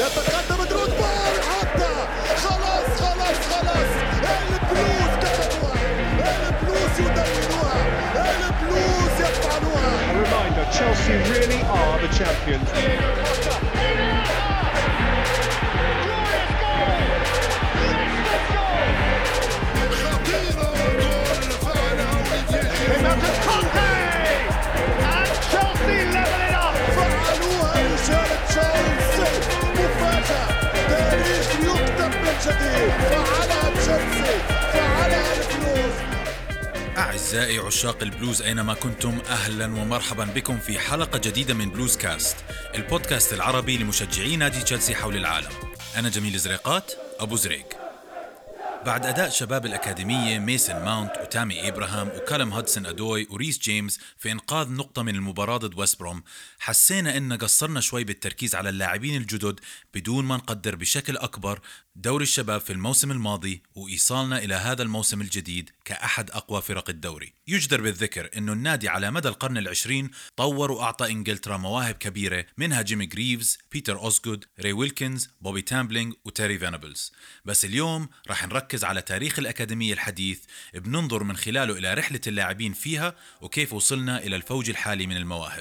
يتقدم دروجبا ويحطها. خلاص البلوز كتبوها، البلوز يدونوها، البلوز يفعلوها. A reminder, Chelsea really are the champions. أعزائي عشاق البلوز أينما كنتم، أهلا ومرحبا بكم في حلقة جديدة من بلوز كاست، البودكاست العربي لمشجعي نادي تشيلسي حول العالم. أنا جميل زريقات أبو زريق. بعد أداء شباب الأكاديمية ميسن ماونت وتامي إبراهام وكالم هودسون أدوي وريس جيمس في إنقاذ نقطة من المباراة ضد ويست بروم، حسينا إن قصرنا شوي بالتركيز على اللاعبين الجدد بدون ما نقدر بشكل أكبر دوري الشباب في الموسم الماضي وإيصالنا إلى هذا الموسم الجديد كأحد أقوى فرق الدوري. يجدر بالذكر إنه النادي على مدى القرن العشرين طور وأعطى إنجلترا مواهب كبيرة، منها جيمي غريفز، بيتر أوزغود، ري ويلكنز، بوبي تامبلينغ وتيري فينابلز. بس اليوم راح نركز على تاريخ الأكاديمية الحديث، بننظر من خلاله إلى رحلة اللاعبين فيها وكيف وصلنا إلى الفوج الحالي من المواهب.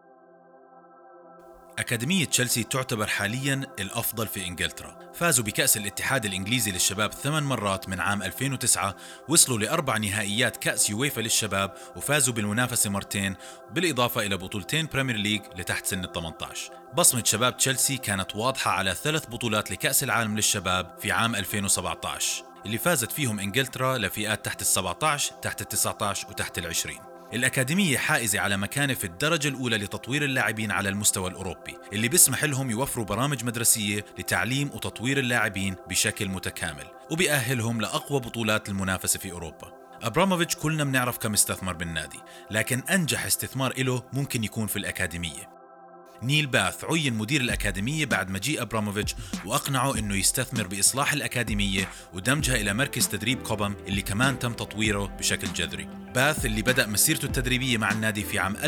أكاديمية تشيلسي تعتبر حالياً الأفضل في إنجلترا. فازوا بكأس الاتحاد الإنجليزي للشباب 8 مرات من عام 2009، وصلوا ل4 نهائيات كأس يويفا للشباب، وفازوا بالمنافسة مرتين، بالإضافة إلى بطولتين بريمير ليج لتحت سن 18. بصمة شباب تشيلسي كانت واضحة على 3 بطولات لكأس العالم للشباب في عام 2017 اللي فازت فيهم إنجلترا لفئات تحت 17، تحت 19 وتحت 20. الأكاديمية حائزة على مكانة في الدرجة الأولى لتطوير اللاعبين على المستوى الأوروبي، اللي بيسمح لهم يوفروا برامج مدرسية لتعليم وتطوير اللاعبين بشكل متكامل، وبيأهلهم لأقوى بطولات المنافسة في أوروبا. أبراموفيتش كلنا بنعرف كم استثمر بالنادي، لكن أنجح استثمار إله ممكن يكون في الأكاديمية. نيل باث عين مدير الأكاديمية بعد مجيء أبراموفيتش، وأقنعه أنه يستثمر بإصلاح الأكاديمية ودمجها إلى مركز تدريب كوبام اللي كمان تم تطويره بشكل جذري. باث اللي بدأ مسيرته التدريبية مع النادي في عام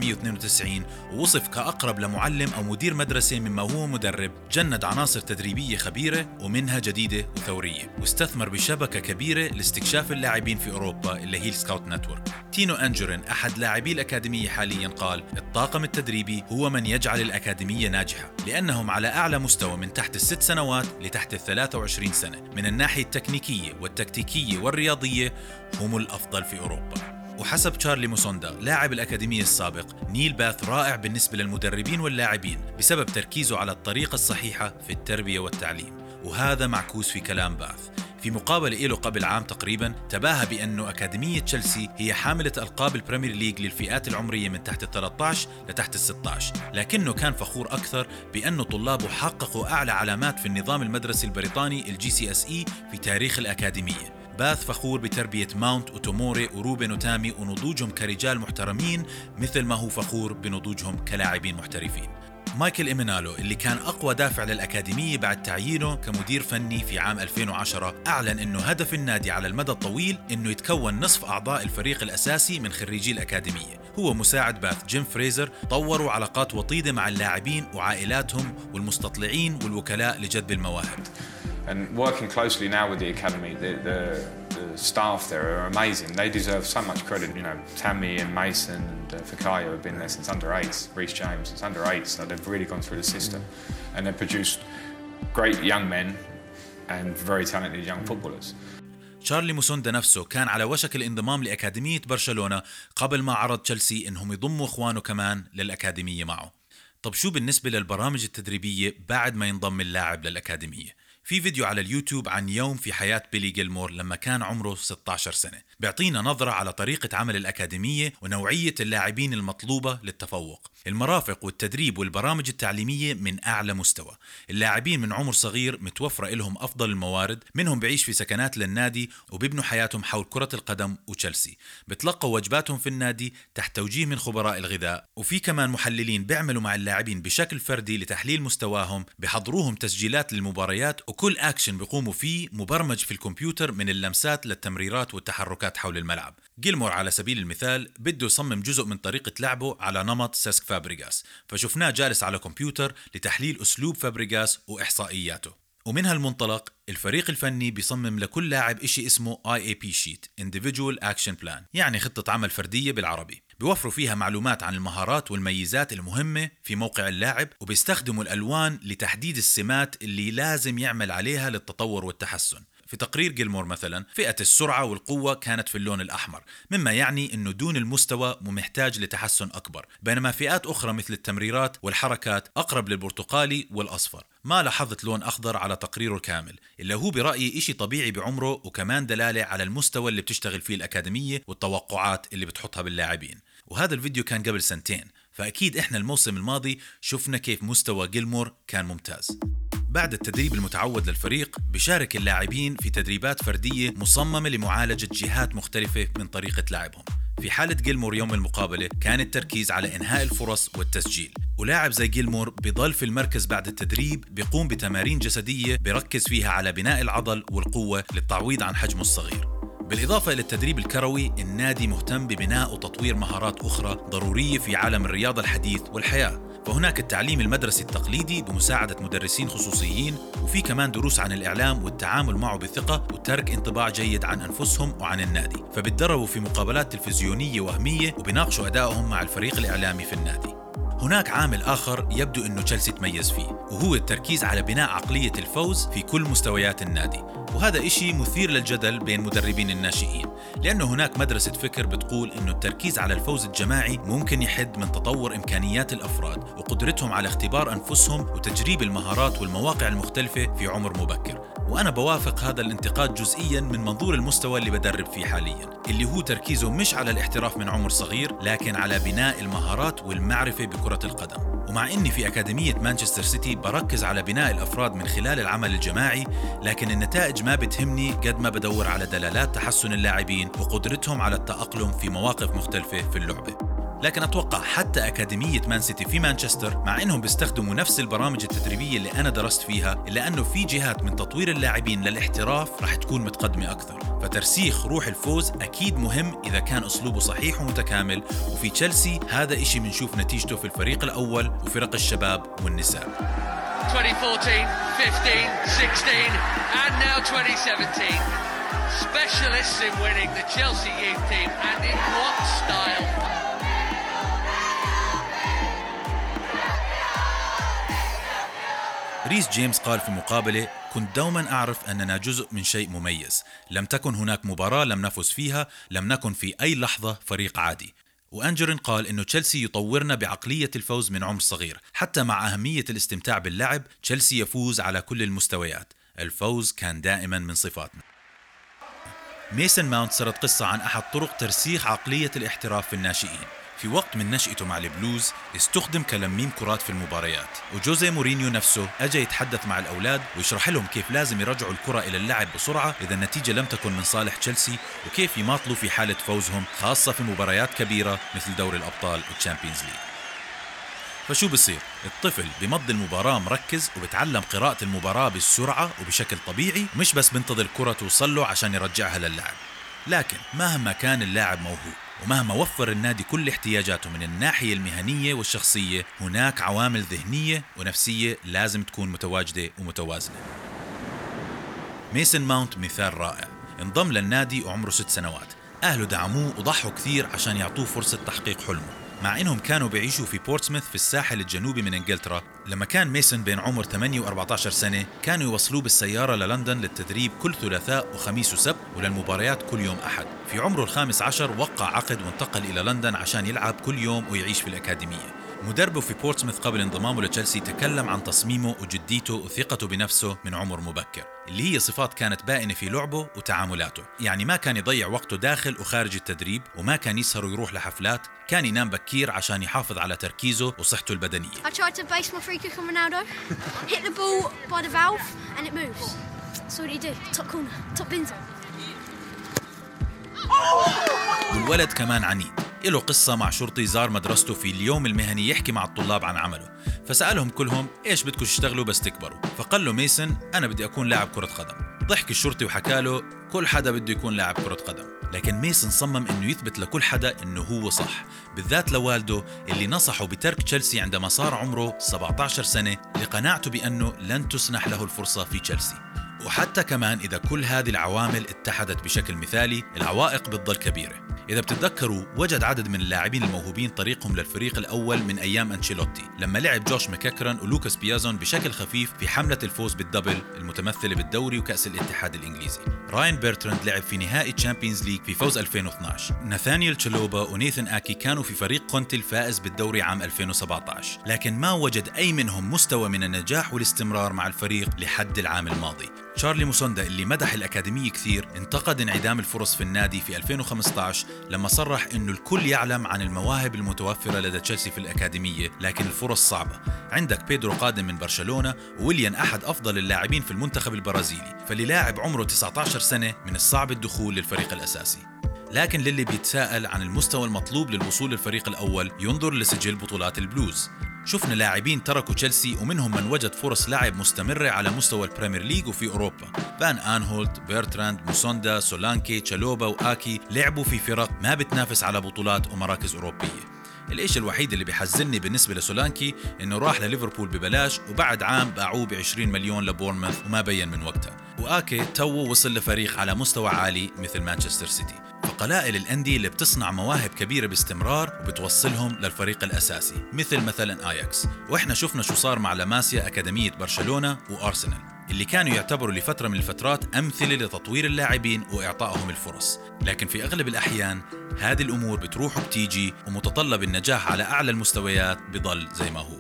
1992 ووصف كأقرب لمعلم أو مدير مدرسة مما هو مدرب، جند عناصر تدريبية خبيرة ومنها جديدة وثورية، واستثمر بشبكة كبيرة لاستكشاف اللاعبين في أوروبا اللي هي السكاوت نتورك. تينو أنجورين أحد لاعبي الأكاديمية حاليا قال: الطاقم التدريبي هو من يجعل الأكاديمية ناجحة، لأنهم على أعلى مستوى من تحت 6 سنوات لتحت 23 سنة، من الناحية التكنيكية والتكتيكية والرياضية هم الأفضل في أوروبا. وحسب تشارلي موسوندا لاعب الأكاديمية السابق، نيل باث رائع بالنسبة للمدربين واللاعبين بسبب تركيزه على الطريقة الصحيحة في التربية والتعليم، وهذا معكوس في كلام باث. في مقابلة له قبل عام تقريبا تباهى بأنه أكاديمية تشيلسي هي حاملة ألقاب البريمير ليج للفئات العمرية من تحت 13 لتحت 16، لكنه كان فخور أكثر بأنه طلابه حققوا أعلى علامات في النظام المدرسي البريطاني GCSE في تاريخ الأكاديمية. باث فخور بتربية ماونت وتوموري وروبن وتامي ونضوجهم كرجال محترمين، مثل ما هو فخور بنضوجهم كلاعبين محترفين. مايكل إيمينالو اللي كان أقوى دافع للأكاديمية بعد تعيينه كمدير فني في عام 2010، أعلن أنه هدف النادي على المدى الطويل أنه يتكون نصف أعضاء الفريق الأساسي من خريجي الأكاديمية. هو مساعد باث جيم فريزر طوروا علاقات وطيدة مع اللاعبين وعائلاتهم والمستطلعين والوكلاء لجذب المواهب. And working closely now with the academy, the staff there are amazing. They deserve so much credit. You know, Tammy and Mason and Fikayo have been there since under 8s. Reece James since under 8s. So they've really gone through the system, and they've produced great young men and very talented young footballers. تشارلي موسوندا نفسه كان على وشك الانضمام لأكاديمية برشلونة قبل ما عرض تشيلسي إنهم يضموا إخوانه كمان للأكاديمية معه. طب شو بالنسبة للبرامج التدريبية بعد ما ينضم اللاعب للأكاديمية؟ في فيديو على اليوتيوب عن يوم في حياة بيلي جيلمور لما كان عمره 16 سنة، بيعطينا نظرة على طريقة عمل الأكاديمية ونوعية اللاعبين المطلوبة للتفوق. المرافق والتدريب والبرامج التعليمية من أعلى مستوى، اللاعبين من عمر صغير متوفرة لهم أفضل الموارد، منهم بعيش في سكنات للنادي وبيبنوا حياتهم حول كرة القدم وتشيلسي، بتلقوا وجباتهم في النادي تحت توجيه من خبراء الغذاء، وفي كمان محللين بيعملوا مع اللاعبين بشكل فردي لتحليل مستواهم، بيحضروهم تسجيلات للمباريات وكل أكشن بيقوموا فيه مبرمج في الكمبيوتر من اللمسات للتمريرات والتحركات حول الملعب. جيلمور على سبيل المثال بده يصمم جزء من طريقة لعبه على نمط سيسك فابريغاس، فشفناه جالس على كمبيوتر لتحليل أسلوب فابريغاس وإحصائياته. ومن هالمنطلق الفريق الفني بيصمم لكل لاعب إشي اسمه IAP Sheet Individual Action Plan، يعني خطة عمل فردية بالعربي. بيوفروا فيها معلومات عن المهارات والميزات المهمة في موقع اللاعب، وبيستخدموا الألوان لتحديد السمات اللي لازم يعمل عليها للتطور والتحسن. في تقرير جيلمور مثلا فئة السرعة والقوة كانت في اللون الأحمر، مما يعني أنه دون المستوى ومحتاج لتحسن أكبر، بينما فئات أخرى مثل التمريرات والحركات أقرب للبرتقالي والأصفر. ما لاحظت لون أخضر على تقريره الكامل، إلا هو برأيي إشي طبيعي بعمره، وكمان دلالة على المستوى اللي بتشتغل فيه الأكاديمية والتوقعات اللي بتحطها باللاعبين. وهذا الفيديو كان قبل 2 سنين، فأكيد إحنا الموسم الماضي شفنا كيف مستوى جيلمور كان ممتاز. بعد التدريب المتعود للفريق بيشارك اللاعبين في تدريبات فردية مصممة لمعالجة جهات مختلفة من طريقة لعبهم. في حالة جيلمور يوم المقابلة كان التركيز على إنهاء الفرص والتسجيل، ولاعب زي جيلمور بيضل في المركز بعد التدريب بيقوم بتمارين جسدية بيركز فيها على بناء العضل والقوة للتعويض عن حجمه الصغير. بالإضافة إلى التدريب الكروي، النادي مهتم ببناء وتطوير مهارات أخرى ضرورية في عالم الرياضة الحديث والحياة. فهناك التعليم المدرسي التقليدي بمساعدة مدرسين خصوصيين، وفي كمان دروس عن الإعلام والتعامل معه بثقة وترك انطباع جيد عن أنفسهم وعن النادي. فبتدربوا في مقابلات تلفزيونية وهمية وبناقشوا أدائهم مع الفريق الإعلامي في النادي. هناك عامل آخر يبدو أنه تشيلسي تميز فيه، وهو التركيز على بناء عقلية الفوز في كل مستويات النادي. وهذا إشي مثير للجدل بين مدربين الناشئين، لأنه هناك مدرسة فكر بتقول أنه التركيز على الفوز الجماعي ممكن يحد من تطور إمكانيات الأفراد وقدرتهم على اختبار أنفسهم وتجريب المهارات والمواقع المختلفة في عمر مبكر. وأنا بوافق هذا الانتقاد جزئياً من منظور المستوى اللي بدرب فيه حالياً، اللي هو تركيزه مش على الاحتراف من عمر صغير، لكن على بناء المهارات والمعرفة بكرة القدم. ومع إني في أكاديمية مانشستر سيتي بركز على بناء الأفراد من خلال العمل الجماعي، لكن النتائج ما بتهمني قد ما بدور على دلالات تحسن اللاعبين وقدرتهم على التأقلم في مواقف مختلفة في اللعبة. لكن أتوقع حتى أكاديمية مان سيتي في مانشستر، مع إنهم بيستخدموا نفس البرامج التدريبية اللي أنا درست فيها، إلا أنه في جهات من تطوير اللاعبين للاحتراف رح تكون متقدمة أكثر. فترسيخ روح الفوز أكيد مهم إذا كان أسلوبه صحيح ومتكامل، وفي تشيلسي هذا إشي بنشوف نتيجته في الفريق الأول وفرق الشباب والنساء. 2014, 15, 16 and now 2017. Specialists in winning the Chelsea youth team, and in what style. ريس جيمس قال في مقابلة: كنت دوما أعرف أننا جزء من شيء مميز، لم تكن هناك مباراة لم نفز فيها، لم نكن في أي لحظة فريق عادي. وأنجرين قال إنه تشيلسي يطورنا بعقلية الفوز من عمر صغير، حتى مع أهمية الاستمتاع باللعب تشيلسي يفوز على كل المستويات، الفوز كان دائما من صفاتنا. ميسن ماونت سرد قصة عن أحد طرق ترسيخ عقلية الاحتراف في الناشئين. في وقت من نشأته مع البلوز استخدم كلميم كرات في المباريات، وجوزيه مورينيو نفسه أجا يتحدث مع الأولاد ويشرح لهم كيف لازم يرجعوا الكرة إلى اللعب بسرعة إذا النتيجة لم تكن من صالح تشيلسي، وكيف يماطلوا في حالة فوزهم خاصة في مباريات كبيرة مثل دوري الأبطال والتشامبيونز ليج. فشو بصير؟ الطفل بمضي المباراة مركز وبتعلم قراءة المباراة بالسرعة وبشكل طبيعي، مش بس بنتظر الكرة توصل له عشان يرجعها للعب. لكن مهما كان اللاعب موهوب ومهما وفر النادي كل احتياجاته من الناحية المهنية والشخصية، هناك عوامل ذهنية ونفسية لازم تكون متواجدة ومتوازنة. ميسن ماونت مثال رائع، انضم للنادي وعمره 6 سنوات، أهله دعموه وضحوا كثير عشان يعطوه فرصة تحقيق حلمه، مع إنهم كانوا بيعيشوا في بورتسموث في الساحل الجنوبي من إنجلترا. لما كان ميسن بين عمر 8 و14 سنة كانوا يوصلوه بالسيارة للندن للتدريب كل ثلاثاء وخميس وسبت، وللمباريات كل يوم أحد. في عمره 15 وقع عقد وانتقل إلى لندن عشان يلعب كل يوم ويعيش في الأكاديمية. مدربه في بورتسموث قبل انضمامه لتشيلسي تكلم عن تصميمه وجديته وثقته بنفسه من عمر مبكر، اللي هي صفات كانت بائنة في لعبه وتعاملاته. يعني ما كان يضيع وقته داخل وخارج التدريب، وما كان يسهر ويروح لحفلات، كان ينام بكير عشان يحافظ على تركيزه وصحته البدنية. I tried to base my free kick on Ronaldo, hit the ball by the valve and it moves. That's all you do. Top corner, top bins. والولد كمان عنيد، له قصة مع شرطي زار مدرسته في اليوم المهني يحكي مع الطلاب عن عمله، فسألهم كلهم إيش بدكم تشتغلوا بس تكبروا؟ فقال له ميسن أنا بدي أكون لاعب كرة قدم. ضحك الشرطي وحكى له كل حدا بده يكون لاعب كرة قدم، لكن ميسن صمم إنه يثبت لكل حدا إنه هو صح، بالذات لوالده اللي نصحه بترك تشيلسي عندما صار عمره 17 سنة لقناعته بأنه لن تسنح له الفرصة في تشيلسي. وحتى كمان إذا كل هذه العوامل اتحدت بشكل مثالي، العوائق بتضل كبيرة. إذا بتتذكروا وجد عدد من اللاعبين الموهوبين طريقهم للفريق الأول من أيام أنشيلوتي لما لعب جوش ماكاكران ولوكاس بيازون بشكل خفيف في حملة الفوز بالدبل المتمثلة بالدوري وكأس الاتحاد الإنجليزي. راين بيرتراند لعب في نهائي تشامبيونز ليج في فوز 2012. ناثانييل تشالوبا ونيثن آكي كانوا في فريق كونتي الفائز بالدوري عام 2017، لكن ما وجد أي منهم مستوى من النجاح والاستمرار مع الفريق لحد العام الماضي. تشارلي موسوندا اللي مدح الأكاديمية كثير انتقد انعدام الفرص في النادي في 2015 لما صرح إنه الكل يعلم عن المواهب المتوفرة لدى تشيلسي في الأكاديمية، لكن الفرص صعبة. عندك بيدرو قادم من برشلونة، وويليان أحد أفضل اللاعبين في المنتخب البرازيلي، فاللي لاعب عمره 19 سنة من الصعب الدخول للفريق الأساسي. لكن للي بيتساءل عن المستوى المطلوب للوصول للفريق الأول ينظر لسجل بطولات البلوز. شفنا لاعبين تركوا تشيلسي ومنهم من وجد فرص لعب مستمرة على مستوى البريمير ليج وفي أوروبا. فان آنهولت، بيرتراند، موسوندا، سولانكي، تشالوبا وآكي لعبوا في فرق ما بتنافس على بطولات ومراكز أوروبية. الإشي الوحيد اللي بيحزنني بالنسبة لسولانكي إنه راح لليفربول ببلاش وبعد عام باعوه ب20 مليون لبورنموث وما بين من وقتها. وآكي توه وصل لفريق على مستوى عالي مثل مانشستر سيتي. فقلائل الأندية اللي بتصنع مواهب كبيرة باستمرار وبتوصلهم للفريق الأساسي مثلا آياكس. وإحنا شفنا شو صار مع لاماسيا أكاديمية برشلونة وأرسنال اللي كانوا يعتبروا لفترة من الفترات أمثلة لتطوير اللاعبين وإعطائهم الفرص، لكن في أغلب الأحيان هذه الأمور بتروح وبتيجي ومتطلب النجاح على أعلى المستويات بضل زي ما هو.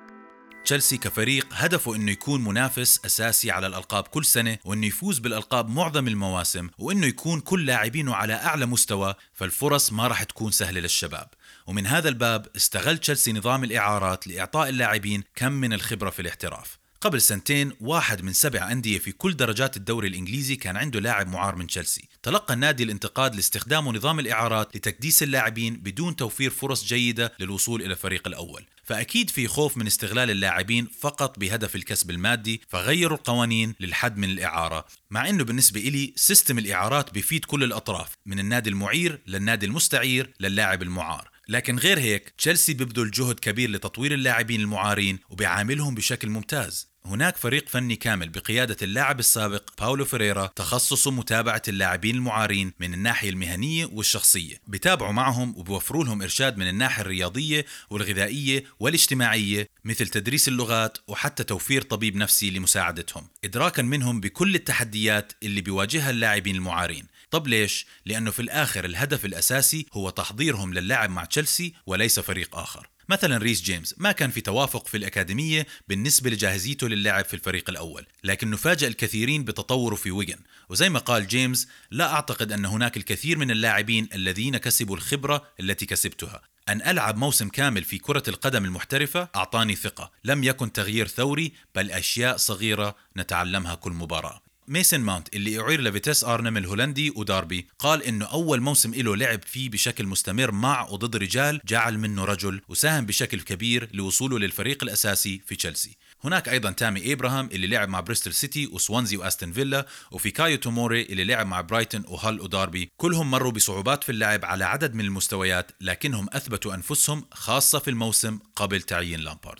تشيلسي كفريق هدفه إنه يكون منافس أساسي على الألقاب كل سنة، وإنه يفوز بالألقاب معظم المواسم، وإنه يكون كل لاعبينه على أعلى مستوى، فالفرص ما راح تكون سهلة للشباب. ومن هذا الباب استغل تشيلسي نظام الإعارات لإعطاء اللاعبين كم من الخبرة في الاحتراف. قبل سنتين 1 من 7 أندية في كل درجات الدوري الإنجليزي كان عنده لاعب معار من تشيلسي. تلقى النادي الانتقاد لاستخدامه نظام الإعارات لتكديس اللاعبين بدون توفير فرص جيدة للوصول إلى الفريق الأول. فأكيد في خوف من استغلال اللاعبين فقط بهدف الكسب المادي، فغيروا القوانين للحد من الإعارة. مع أنه بالنسبة إلي سيستم الإعارات بيفيد كل الأطراف، من النادي المعير للنادي المستعير للاعب المعار. لكن غير هيك تشيلسي بيبذل جهد كبير لتطوير اللاعبين المعارين وبيعاملهم بشكل ممتاز. هناك فريق فني كامل بقيادة اللاعب السابق باولو فيريرا تخصصه متابعة اللاعبين المعارين من الناحية المهنية والشخصية. بتابعوا معهم وبوفروا لهم إرشاد من الناحية الرياضية والغذائية والاجتماعية، مثل تدريس اللغات وحتى توفير طبيب نفسي لمساعدتهم، إدراكا منهم بكل التحديات اللي بيواجهها اللاعبين المعارين. طب ليش؟ لأنه في الآخر الهدف الأساسي هو تحضيرهم للعب مع تشيلسي وليس فريق آخر. مثلا ريس جيمس ما كان في توافق في الأكاديمية بالنسبة لجاهزيته للعب في الفريق الأول، لكنه فاجأ الكثيرين بتطوره في ويغن. وزي ما قال جيمس، لا أعتقد أن هناك الكثير من اللاعبين الذين كسبوا الخبرة التي كسبتها. أن ألعب موسم كامل في كرة القدم المحترفة أعطاني ثقة، لم يكن تغيير ثوري بل أشياء صغيرة نتعلمها كل مباراة. ميسن ماونت اللي أعير لفيتيس أرنم الهولندي وداربي قال إنه أول موسم له لعب فيه بشكل مستمر مع وضد رجال جعل منه رجل، وساهم بشكل كبير لوصوله للفريق الأساسي في تشيلسي. هناك أيضا تامي إبراهام اللي لعب مع بريستول سيتي وسوانزي وأستن فيلا، وفي كايو توموري اللي لعب مع برايتون وهال وداربي. كلهم مروا بصعوبات في اللعب على عدد من المستويات، لكنهم أثبتوا أنفسهم خاصة في الموسم قبل تعيين لامبارد.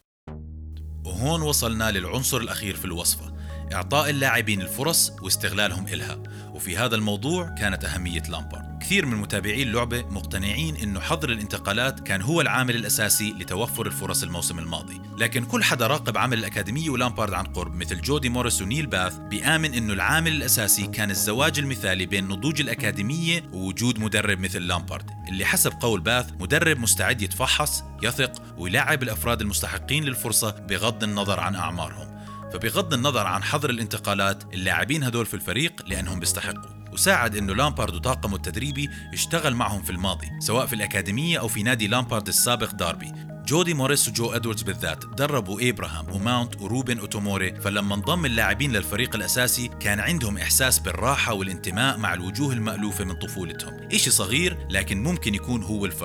وهون وصلنا للعنصر الأخير في الوصفة، إعطاء اللاعبين الفرص واستغلالهم إلها. وفي هذا الموضوع كانت أهمية لامبارد. كثير من متابعين اللعبة مقتنعين إنه حظر الانتقالات كان هو العامل الأساسي لتوفر الفرص الموسم الماضي، لكن كل حدا راقب عمل الأكاديمية ولامبارد عن قرب مثل جودي موريس ونيل باث بيآمن إنه العامل الأساسي كان الزواج المثالي بين نضوج الأكاديمية ووجود مدرب مثل لامبارد، اللي حسب قول باث مدرب مستعد يتفحص، يثق ويلاعب الأفراد المستحقين للفرصة بغض النظر عن أعمارهم. فبغض النظر عن حظر الانتقالات، اللاعبين هدول في الفريق لأنهم بيستحقوا. وساعد إنه لامبارد وطاقمه التدريبي اشتغل معهم في الماضي سواء في الأكاديمية أو في نادي لامبارد السابق داربي. جودي موريس وجو إدواردز بالذات دربوا إبراهام وماونت وروبن وتوموري، فلما انضم اللاعبين للفريق الأساسي كان عندهم إحساس بالراحة والانتماء مع الوجوه المألوفة من طفولتهم. إشي صغير لكن ممكن يكون هو الفرق.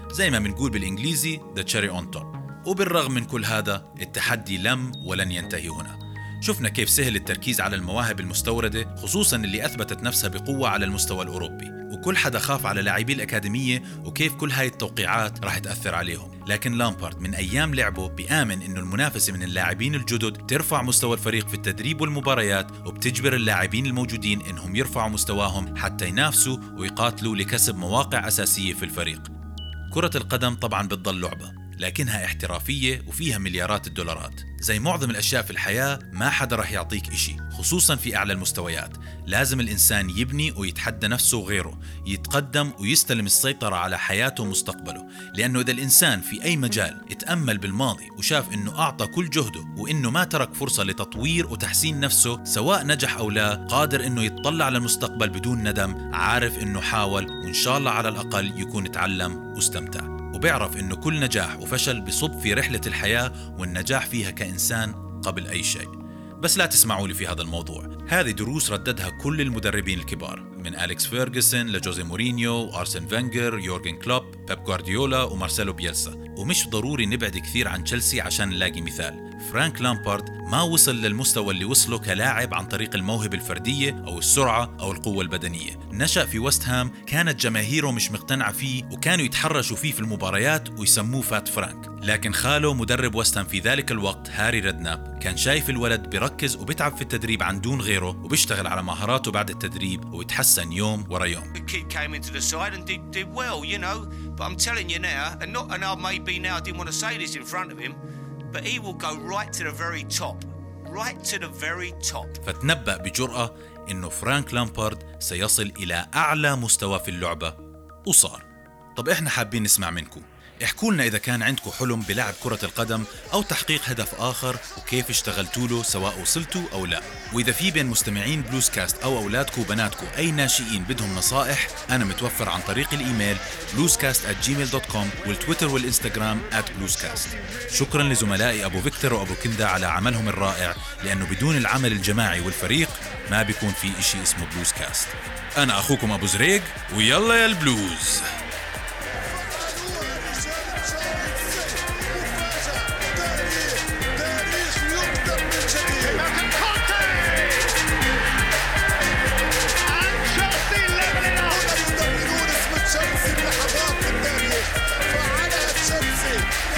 زي ما بنقول بالإنجليزي the cherry on top. وبالرغم من كل هذا التحدي لم ولن ينتهي هنا. شفنا كيف سهل التركيز على المواهب المستوردة، خصوصاً اللي أثبتت نفسها بقوة على المستوى الأوروبي، وكل حدا خاف على لاعبي الأكاديمية وكيف كل هاي التوقيعات راح تأثر عليهم. لكن لامبارد من أيام لعبه بيآمن إنه المنافسة من اللاعبين الجدد ترفع مستوى الفريق في التدريب والمباريات، وبتجبر اللاعبين الموجودين إنهم يرفعوا مستواهم حتى ينافسوا ويقاتلوا لكسب مواقع أساسية في الفريق. كرة القدم طبعاً بتضل لعبة، لكنها احترافية وفيها مليارات الدولارات. زي معظم الأشياء في الحياة ما حدا رح يعطيك إشي، خصوصاً في أعلى المستويات. لازم الإنسان يبني ويتحدى نفسه وغيره، يتقدم ويستلم السيطرة على حياته ومستقبله. لأنه إذا الإنسان في أي مجال اتأمل بالماضي وشاف إنه أعطى كل جهده وإنه ما ترك فرصة لتطوير وتحسين نفسه، سواء نجح أو لا، قادر إنه يتطلع على المستقبل بدون ندم، عارف إنه حاول، وإن شاء الله على الأقل يكون تعلم واستمتع، وبيعرف إنه كل نجاح وفشل بصب في رحلة الحياة، والنجاح فيها كإنسان قبل أي شيء. بس لا تسمعوا لي في هذا الموضوع، هذه دروس رددها كل المدربين الكبار، من أليكس فيرغسون لجوزي مورينيو وأرسن فينجر، يورغن كلوب، بيب غوارديولا ومارسيلو بيلسا. ومش ضروري نبعد كثير عن تشيلسي عشان نلاقي مثال. فرانك لامبارد ما وصل للمستوى اللي وصله كلاعب عن طريق الموهبة الفردية أو السرعة أو القوة البدنية. نشأ في ويست هام، كانت جماهيره مش مقتنعة فيه وكانوا يتحرشوا فيه في المباريات ويسموه فات فرانك. لكن خاله مدرب ويست هام في ذلك الوقت هاري ريدناب كان شايف الولد بركز وبيتعب في التدريب عن دون غيره، وبيشتغل على مهاراته بعد التدريب ويتحسن يوم ورا يوم. But he will go right to the very top. Right to the very top. فتنبأ بجرأة إنه فرانك لامبارد سيصل إلى أعلى مستوى في اللعبة، وصار. طب إحنا حابين نسمع منكم، احكوا لنا إذا كان عندكم حلم بلعب كرة القدم أو تحقيق هدف آخر وكيف اشتغلتوا له، سواء وصلتوا أو لا. وإذا في بين مستمعين بلوزكاست أو أولادكم وبناتكم أي ناشئين بدهم نصائح، أنا متوفر عن طريق الإيميل bluescast@gmail.com والتويتر والإنستغرام @bluescast. شكرا لزملائي أبو فيكتور وأبو كندا على عملهم الرائع، لأنه بدون العمل الجماعي والفريق ما بيكون في إشي اسمه بلوزكاست. أنا أخوكم أبو زريق، ويلا يا البلوز. لحظات في التاريخ فعلها تشيلسي